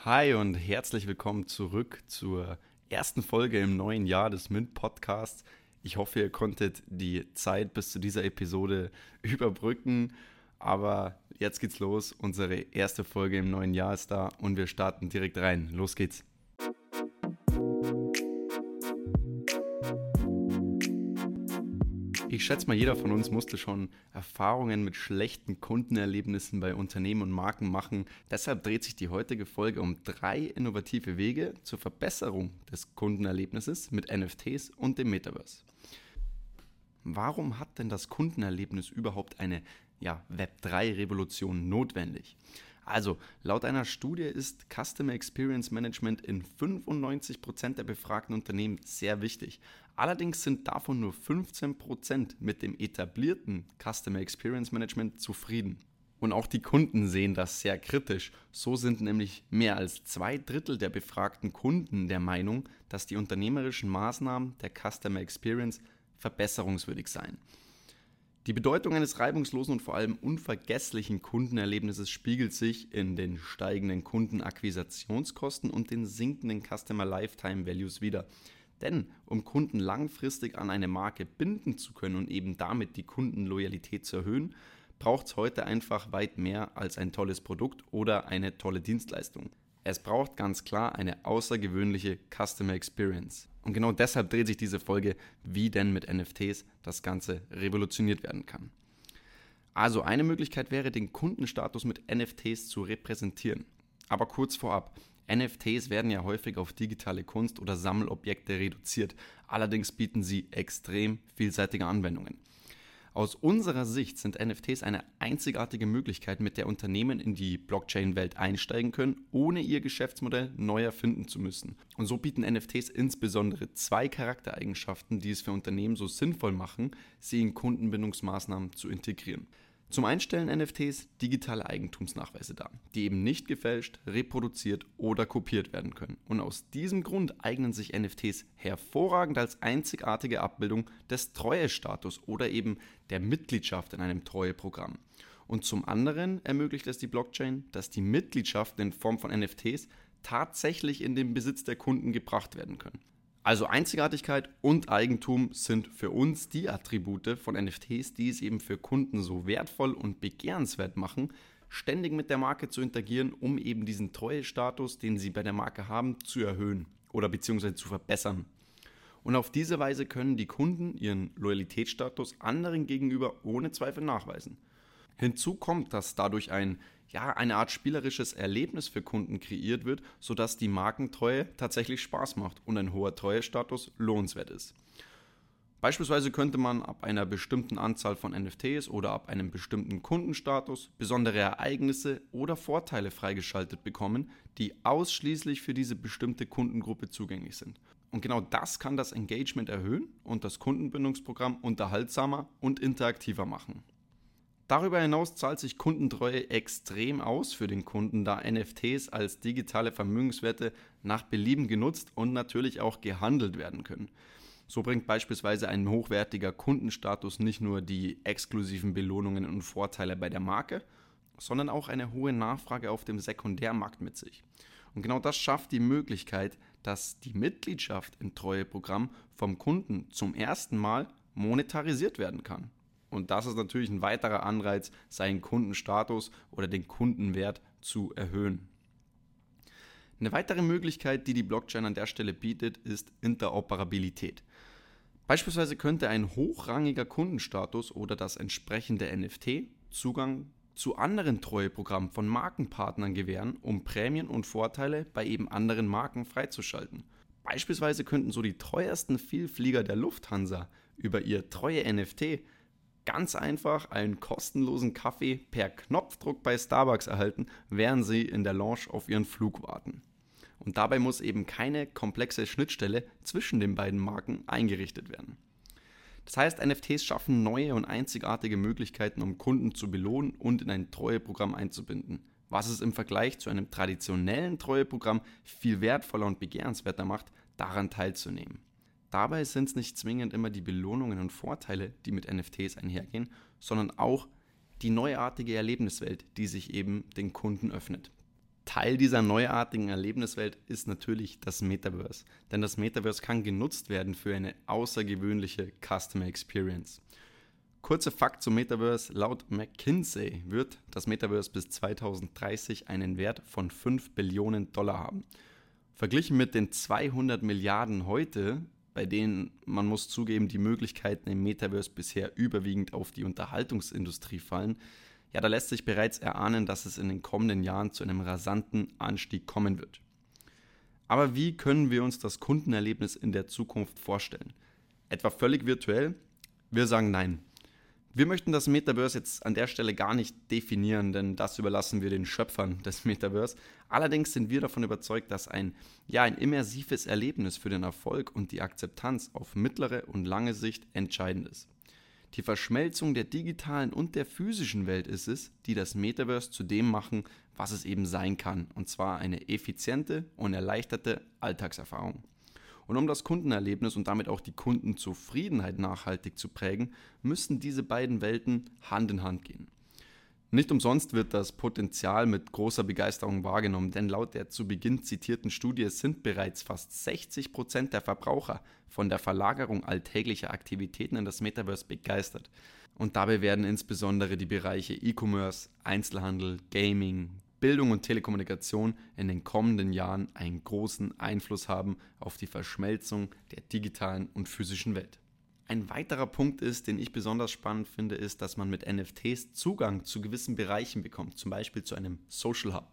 Hi und herzlich willkommen zurück zur ersten Folge im neuen Jahr des Mint Podcasts. Ich hoffe, ihr konntet die Zeit bis zu dieser Episode überbrücken, aber jetzt geht's los. Unsere erste Folge im neuen Jahr ist da und wir starten direkt rein. Los geht's. Ich schätze mal, jeder von uns musste schon Erfahrungen mit schlechten Kundenerlebnissen bei Unternehmen und Marken machen. Deshalb dreht sich die heutige Folge um 3 innovative Wege zur Verbesserung des Kundenerlebnisses mit NFTs und dem Metaverse. Warum hat denn das Kundenerlebnis überhaupt eine Web3-Revolution notwendig? Also, laut einer Studie ist Customer Experience Management in 95% der befragten Unternehmen sehr wichtig. Allerdings sind davon nur 15% mit dem etablierten Customer Experience Management zufrieden. Und auch die Kunden sehen das sehr kritisch. So sind nämlich mehr als 2/3 der befragten Kunden der Meinung, dass die unternehmerischen Maßnahmen der Customer Experience verbesserungswürdig seien. Die Bedeutung eines reibungslosen und vor allem unvergesslichen Kundenerlebnisses spiegelt sich in den steigenden Kundenakquisitionskosten und den sinkenden Customer Lifetime Values wider. Denn um Kunden langfristig an eine Marke binden zu können und eben damit die Kundenloyalität zu erhöhen, braucht es heute einfach weit mehr als ein tolles Produkt oder eine tolle Dienstleistung. Es braucht ganz klar eine außergewöhnliche Customer Experience. Und genau deshalb dreht sich diese Folge, wie denn mit NFTs das Ganze revolutioniert werden kann. Also eine Möglichkeit wäre, den Kundenstatus mit NFTs zu repräsentieren. Aber kurz vorab, NFTs werden ja häufig auf digitale Kunst oder Sammelobjekte reduziert. Allerdings bieten sie extrem vielseitige Anwendungen. Aus unserer Sicht sind NFTs eine einzigartige Möglichkeit, mit der Unternehmen in die Blockchain-Welt einsteigen können, ohne ihr Geschäftsmodell neu erfinden zu müssen. Und so bieten NFTs insbesondere 2 Charaktereigenschaften, die es für Unternehmen so sinnvoll machen, sie in Kundenbindungsmaßnahmen zu integrieren. Zum einen stellen NFTs digitale Eigentumsnachweise dar, die eben nicht gefälscht, reproduziert oder kopiert werden können. Und aus diesem Grund eignen sich NFTs hervorragend als einzigartige Abbildung des Treuestatus oder eben der Mitgliedschaft in einem Treueprogramm. Und zum anderen ermöglicht es die Blockchain, dass die Mitgliedschaften in Form von NFTs tatsächlich in den Besitz der Kunden gebracht werden können. Also Einzigartigkeit und Eigentum sind für uns die Attribute von NFTs, die es eben für Kunden so wertvoll und begehrenswert machen, ständig mit der Marke zu interagieren, um eben diesen Treuestatus, den sie bei der Marke haben, zu erhöhen oder beziehungsweise zu verbessern. Und auf diese Weise können die Kunden ihren Loyalitätsstatus anderen gegenüber ohne Zweifel nachweisen. Hinzu kommt, dass dadurch eine Art spielerisches Erlebnis für Kunden kreiert wird, sodass die Markentreue tatsächlich Spaß macht und ein hoher Treuestatus lohnenswert ist. Beispielsweise könnte man ab einer bestimmten Anzahl von NFTs oder ab einem bestimmten Kundenstatus besondere Ereignisse oder Vorteile freigeschaltet bekommen, die ausschließlich für diese bestimmte Kundengruppe zugänglich sind. Und genau das kann das Engagement erhöhen und das Kundenbindungsprogramm unterhaltsamer und interaktiver machen. Darüber hinaus zahlt sich Kundentreue extrem aus für den Kunden, da NFTs als digitale Vermögenswerte nach Belieben genutzt und natürlich auch gehandelt werden können. So bringt beispielsweise ein hochwertiger Kundenstatus nicht nur die exklusiven Belohnungen und Vorteile bei der Marke, sondern auch eine hohe Nachfrage auf dem Sekundärmarkt mit sich. Und genau das schafft die Möglichkeit, dass die Mitgliedschaft im Treueprogramm vom Kunden zum ersten Mal monetarisiert werden kann. Und das ist natürlich ein weiterer Anreiz, seinen Kundenstatus oder den Kundenwert zu erhöhen. Eine weitere Möglichkeit, die die Blockchain an der Stelle bietet, ist Interoperabilität. Beispielsweise könnte ein hochrangiger Kundenstatus oder das entsprechende NFT Zugang zu anderen Treueprogrammen von Markenpartnern gewähren, um Prämien und Vorteile bei eben anderen Marken freizuschalten. Beispielsweise könnten so die teuersten Vielflieger der Lufthansa über ihr Treue-NFT ganz einfach einen kostenlosen Kaffee per Knopfdruck bei Starbucks erhalten, während sie in der Lounge auf ihren Flug warten. Und dabei muss eben keine komplexe Schnittstelle zwischen den beiden Marken eingerichtet werden. Das heißt, NFTs schaffen neue und einzigartige Möglichkeiten, um Kunden zu belohnen und in ein Treueprogramm einzubinden, was es im Vergleich zu einem traditionellen Treueprogramm viel wertvoller und begehrenswerter macht, daran teilzunehmen. Dabei sind es nicht zwingend immer die Belohnungen und Vorteile, die mit NFTs einhergehen, sondern auch die neuartige Erlebniswelt, die sich eben den Kunden öffnet. Teil dieser neuartigen Erlebniswelt ist natürlich das Metaverse, denn das Metaverse kann genutzt werden für eine außergewöhnliche Customer Experience. Kurzer Fakt zum Metaverse: Laut McKinsey wird das Metaverse bis 2030 einen Wert von 5 Billionen Dollar haben. Verglichen mit den 200 Milliarden heute, bei denen, man muss zugeben, die Möglichkeiten im Metaverse bisher überwiegend auf die Unterhaltungsindustrie fallen, ja, da lässt sich bereits erahnen, dass es in den kommenden Jahren zu einem rasanten Anstieg kommen wird. Aber wie können wir uns das Kundenerlebnis in der Zukunft vorstellen? Etwa völlig virtuell? Wir sagen nein. Wir möchten das Metaverse jetzt an der Stelle gar nicht definieren, denn das überlassen wir den Schöpfern des Metaverse. Allerdings sind wir davon überzeugt, dass ein immersives Erlebnis für den Erfolg und die Akzeptanz auf mittlere und lange Sicht entscheidend ist. Die Verschmelzung der digitalen und der physischen Welt ist es, die das Metaverse zu dem machen, was es eben sein kann, und zwar eine effiziente und erleichterte Alltagserfahrung. Und um das Kundenerlebnis und damit auch die Kundenzufriedenheit nachhaltig zu prägen, müssen diese beiden Welten Hand in Hand gehen. Nicht umsonst wird das Potenzial mit großer Begeisterung wahrgenommen, denn laut der zu Beginn zitierten Studie sind bereits fast 60% der Verbraucher von der Verlagerung alltäglicher Aktivitäten in das Metaverse begeistert. Und dabei werden insbesondere die Bereiche E-Commerce, Einzelhandel, Gaming, Bildung und Telekommunikation in den kommenden Jahren einen großen Einfluss haben auf die Verschmelzung der digitalen und physischen Welt. Ein weiterer Punkt ist, den ich besonders spannend finde, ist, dass man mit NFTs Zugang zu gewissen Bereichen bekommt, zum Beispiel zu einem Social Hub.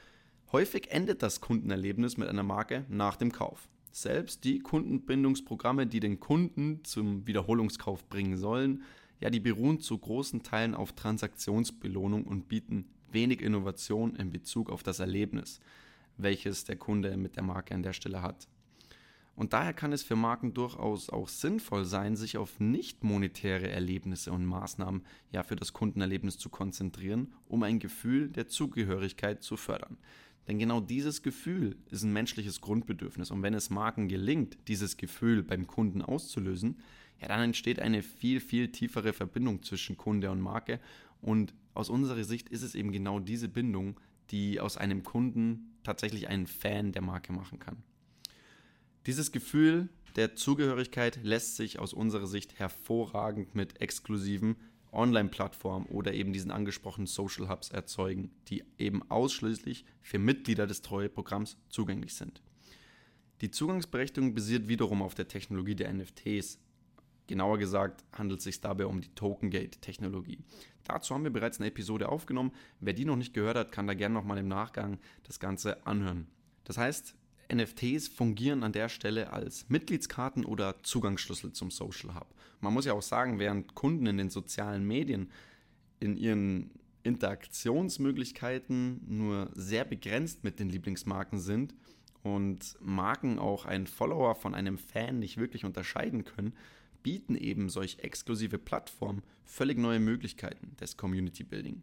Häufig endet das Kundenerlebnis mit einer Marke nach dem Kauf. Selbst die Kundenbindungsprogramme, die den Kunden zum Wiederholungskauf bringen sollen, die beruhen zu großen Teilen auf Transaktionsbelohnung und bieten wenig Innovation in Bezug auf das Erlebnis, welches der Kunde mit der Marke an der Stelle hat. Und daher kann es für Marken durchaus auch sinnvoll sein, sich auf nicht monetäre Erlebnisse und Maßnahmen für das Kundenerlebnis zu konzentrieren, um ein Gefühl der Zugehörigkeit zu fördern. Denn genau dieses Gefühl ist ein menschliches Grundbedürfnis, und wenn es Marken gelingt, dieses Gefühl beim Kunden auszulösen, dann entsteht eine viel, viel tiefere Verbindung zwischen Kunde und Marke, und aus unserer Sicht ist es eben genau diese Bindung, die aus einem Kunden tatsächlich einen Fan der Marke machen kann. Dieses Gefühl der Zugehörigkeit lässt sich aus unserer Sicht hervorragend mit exklusiven Online-Plattformen oder eben diesen angesprochenen Social Hubs erzeugen, die eben ausschließlich für Mitglieder des Treueprogramms zugänglich sind. Die Zugangsberechtigung basiert wiederum auf der Technologie der NFTs. Genauer gesagt handelt es sich dabei um die Token-Gate-Technologie. Dazu haben wir bereits eine Episode aufgenommen. Wer die noch nicht gehört hat, kann da gerne nochmal im Nachgang das Ganze anhören. Das heißt, NFTs fungieren an der Stelle als Mitgliedskarten oder Zugangsschlüssel zum Social Hub. Man muss ja auch sagen, während Kunden in den sozialen Medien in ihren Interaktionsmöglichkeiten nur sehr begrenzt mit den Lieblingsmarken sind und Marken auch einen Follower von einem Fan nicht wirklich unterscheiden können, bieten eben solch exklusive Plattformen völlig neue Möglichkeiten des Community Building.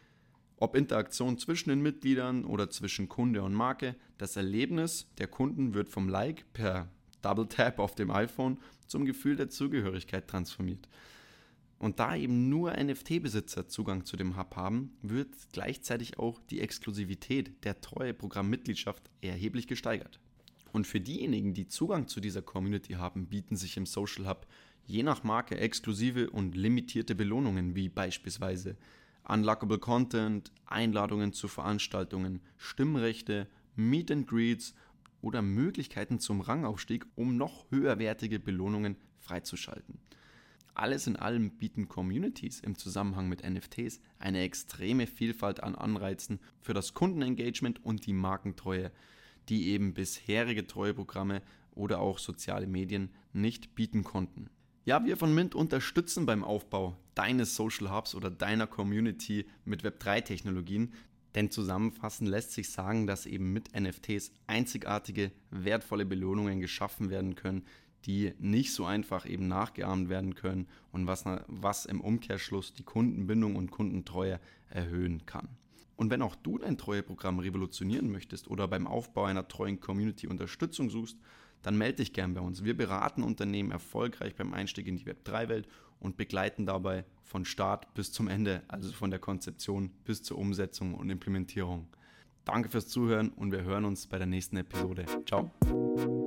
Ob Interaktion zwischen den Mitgliedern oder zwischen Kunde und Marke, das Erlebnis der Kunden wird vom Like per Double Tap auf dem iPhone zum Gefühl der Zugehörigkeit transformiert. Und da eben nur NFT-Besitzer Zugang zu dem Hub haben, wird gleichzeitig auch die Exklusivität der Treueprogramm-Mitgliedschaft erheblich gesteigert. Und für diejenigen, die Zugang zu dieser Community haben, bieten sich im Social Hub je nach Marke exklusive und limitierte Belohnungen wie beispielsweise Unlockable Content, Einladungen zu Veranstaltungen, Stimmrechte, Meet and Greets oder Möglichkeiten zum Rangaufstieg, um noch höherwertige Belohnungen freizuschalten. Alles in allem bieten Communities im Zusammenhang mit NFTs eine extreme Vielfalt an Anreizen für das Kundenengagement und die Markentreue, die eben bisherige Treueprogramme oder auch soziale Medien nicht bieten konnten. Ja, wir von Mint unterstützen beim Aufbau deines Social Hubs oder deiner Community mit Web3-Technologien, denn zusammenfassend lässt sich sagen, dass eben mit NFTs einzigartige, wertvolle Belohnungen geschaffen werden können, die nicht so einfach eben nachgeahmt werden können und was im Umkehrschluss die Kundenbindung und Kundentreue erhöhen kann. Und wenn auch du dein Treueprogramm revolutionieren möchtest oder beim Aufbau einer treuen Community Unterstützung suchst, dann melde dich gern bei uns. Wir beraten Unternehmen erfolgreich beim Einstieg in die Web3-Welt und begleiten dabei von Start bis zum Ende, also von der Konzeption bis zur Umsetzung und Implementierung. Danke fürs Zuhören und wir hören uns bei der nächsten Episode. Ciao.